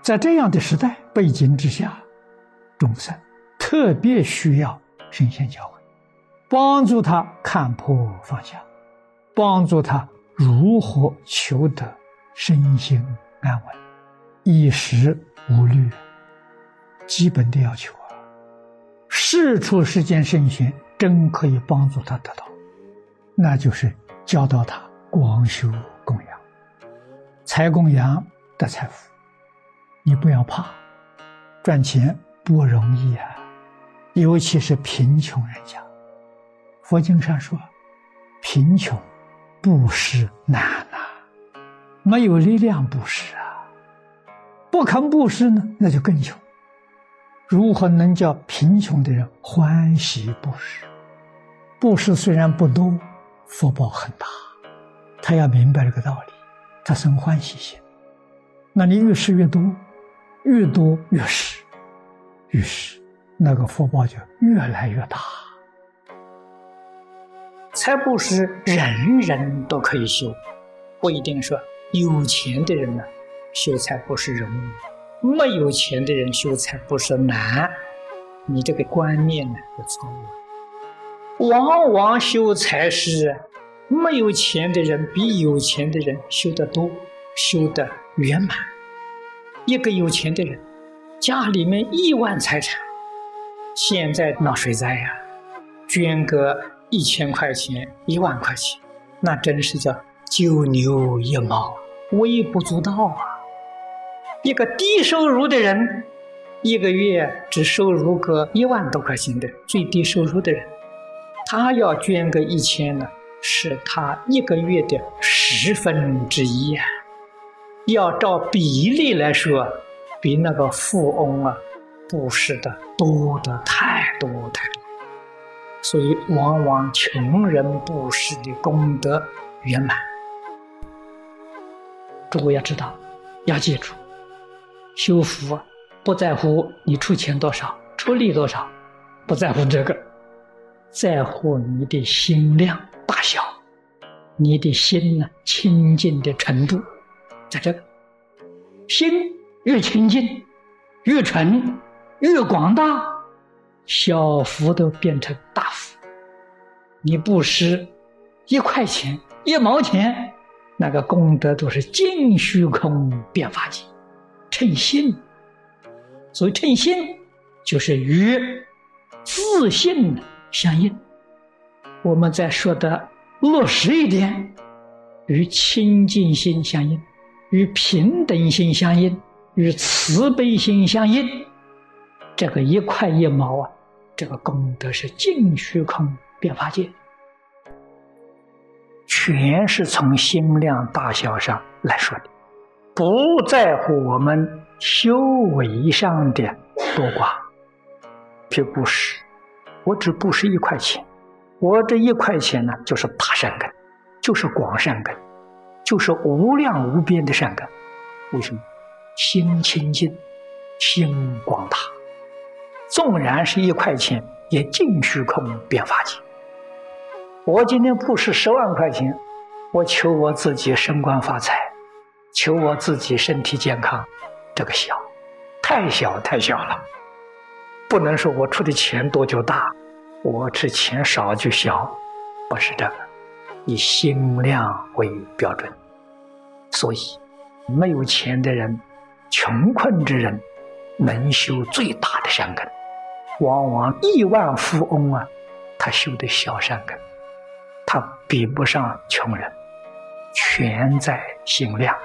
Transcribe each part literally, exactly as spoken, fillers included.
在这样的时代背景之下，众生特别需要圣贤教诲，帮助他看破放下，帮助他如何求得身心安稳，衣食无虑，基本的要求啊。世出世间圣贤真可以帮助他得到，那就是教导他广修供养，财供养得财富。你不要怕，赚钱不容易啊，尤其是贫穷人家。佛经上说，贫穷布施难啊，没有力量布施啊，不肯布施呢，那就更穷。如何能叫贫穷的人欢喜布施？布施虽然不多，福报很大，他要明白这个道理，他生欢喜心。那你越施越多，越多越施，于是那个福报就越来越大。 财布施人人都可以修，不一定说有钱的人呢修财布施容易，没有钱的人修财布施难。你这个观念呢就错误。往往修财施，没有钱的人比有钱的人修得多，修得圆满。一个有钱的人家里面亿万财产，现在闹水灾呀、啊，捐个一千块钱一万块钱，那真是叫九牛一毛，微不足道啊。一个低收入的人，一个月只收入个一万多块钱的最低收入的人，他要捐个一千呢，是他一个月的十分之一啊。要照比例来说，比那个富翁啊布施的多得太多太多。所以往往穷人布施的功德圆满。诸位要知道，要记住，修福啊不在乎你出钱多少，出力多少，不在乎这个，在乎你的心量大小，你的心呢清净的程度。在这个心越清净越纯越广大，小福都变成大福。你布施一块钱一毛钱，那个功德都是尽虚空遍法界。称心，所以称心就是与自信相应。我们再说的落实一点，与清净心相应，与平等心相应，与慈悲心相应。这个一块一毛啊，这个功德是尽虚空遍法界，全是从心量大小上来说的，不在乎我们修为上的多寡。譬如布施，我只布施一块钱，我这一块钱呢，就是大善根，就是广善根，就是无量无边的善根。为什么？心清净，心广大，纵然是一块钱，也尽虚空遍法界。我今天布施十万块钱，我求我自己升官发财，求我自己身体健康，这个小，太小太小了。不能说我出的钱多就大，我这钱少就小，不是这个，以心量为标准。所以没有钱的人，穷困之人，能修最大的善根。往往亿万富翁啊，他修的小善根，他比不上穷人，全在心量。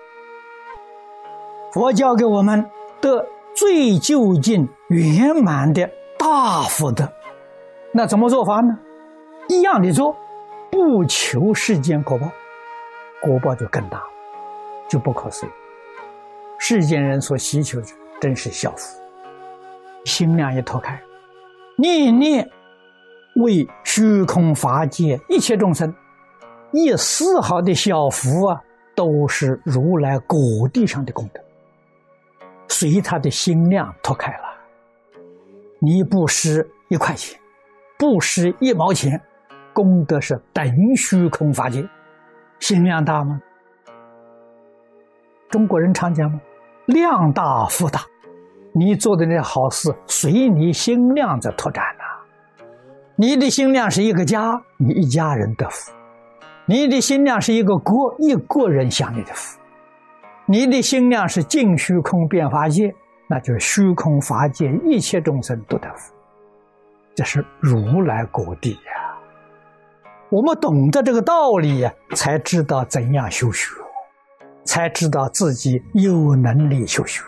佛教给我们得最究竟圆满的大福德，那怎么做法呢？一样的做，不求世间果报，果报就更大了，就不可思议。世间人所希求的真是小福，心量一脱开，念念为虚空法界一切众生，一丝毫的小福啊，都是如来果地上的功德。随他的心量脱开了，你布施一块钱，布施一毛钱，功德是等虚空法界。心量大吗？中国人常讲吗？ 量大福大，你做的那好事随你心量在拓展呐、啊。你的心量是一个家，你一家人得福；你的心量是一个国，一国人享你的福；你的心量是尽虚空遍法界，那就是虚空法界一切众生都得福。这是如来果地呀、啊！我们懂得这个道理呀、啊，才知道怎样修学，才知道自己有能力修学。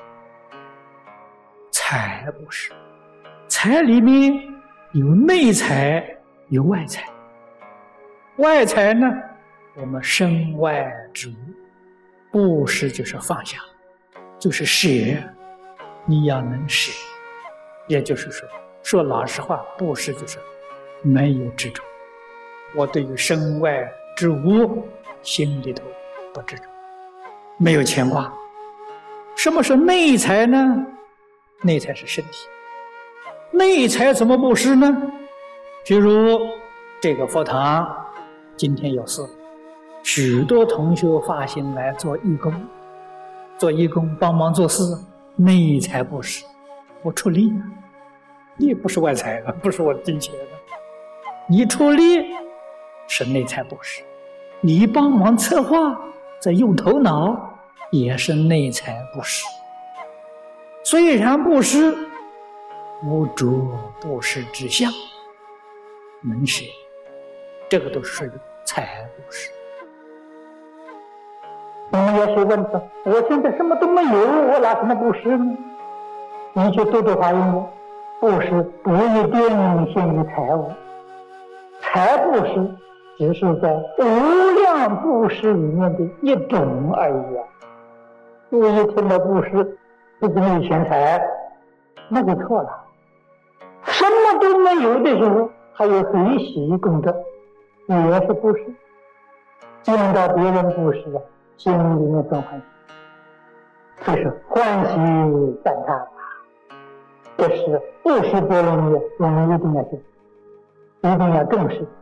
财不是，财里面有内财，有外财。外财呢，我们身外之物，布施就是放下，就是舍。你要能舍，也就是说，说老实话，布施就是没有执着。我对于身外之物，心里头不执着，没有牵挂。什么是内财呢？内财是身体。内财怎么布施呢？譬如这个佛堂今天有事，许多同学发心来做义工，做义工帮忙做事，内财布施，我出力，力不是外财的，不是我的金钱的，你出力是内财布施，你帮忙策划，再用头脑也是内财布施。虽然布施无着布施之相，能舍，这个都是属于财布施。 你要是问他，我现在什么都没有，我拿什么布施呢？你去读读华严，布施不一定限于财物，财布施只是在无量布施里面的一种而已啊。我一听到布施，这个没钱财，那就错了。什么都没有的时候，还有随喜功德，也是布施。见到别人布施，心里面更欢喜，这是欢喜赞叹啊！这是布施波罗蜜，我们一定要学，一定要重视。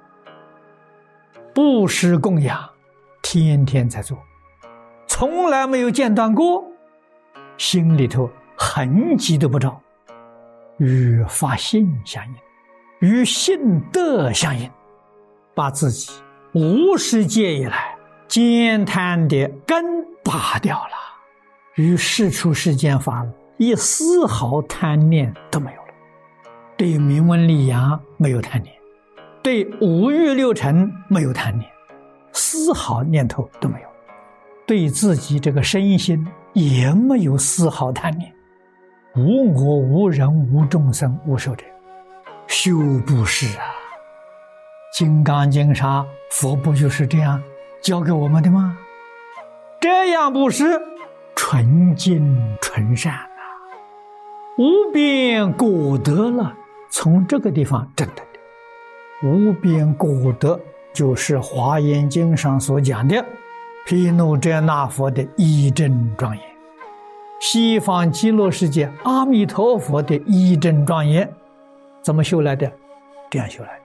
布施供养，天天在做，从来没有间断过，心里头痕迹都不着，与发心相应，与信德相应，把自己无始劫以来慳贪的根拔掉了，与世出世间法一丝毫贪念都没有了，对名闻利养没有贪念，对五欲六尘没有贪念，丝毫念头都没有，对自己这个身心也没有丝毫贪念，无我无人无众生无寿者，修布施啊！金刚经上佛不就是这样教给我们的吗？这样布施纯净纯善啊，无边果德了。从这个地方证得的无边果德，就是华严经上所讲的毗卢遮那佛的一真庄严，西方极乐世界阿弥陀佛的一真庄严。怎么修来的？这样修来的。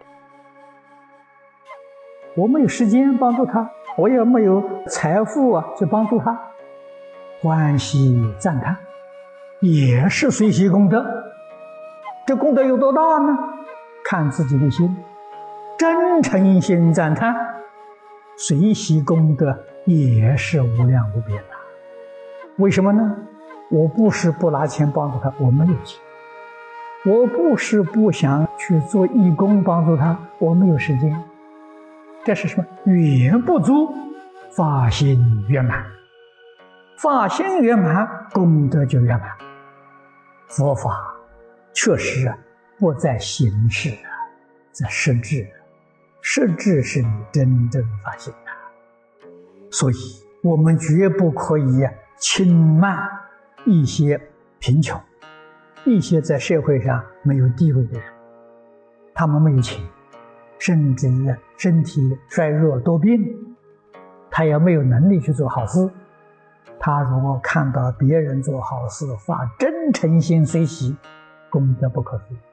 我没有时间帮助他，我也没有财富啊去帮助他，欢喜赞叹，也是随喜功德。这功德有多大呢？看自己的心，真诚心赞叹，随喜功德也是无量无边的。为什么呢？我不是不拿钱帮助他，我没有钱；我不是不想去做义工帮助他，我没有时间。这是什么？缘不足，发心圆满。发心圆满，功德就圆满。佛法确实啊，不在形式啊，在实质。实质是你真正发心啊。所以我们绝不可以轻慢一些贫穷、一些在社会上没有地位的人，他们没有钱，甚至身体衰弱多病，他也没有能力去做好事。他如果看到别人做好事，发真诚心随喜，功德不可思议。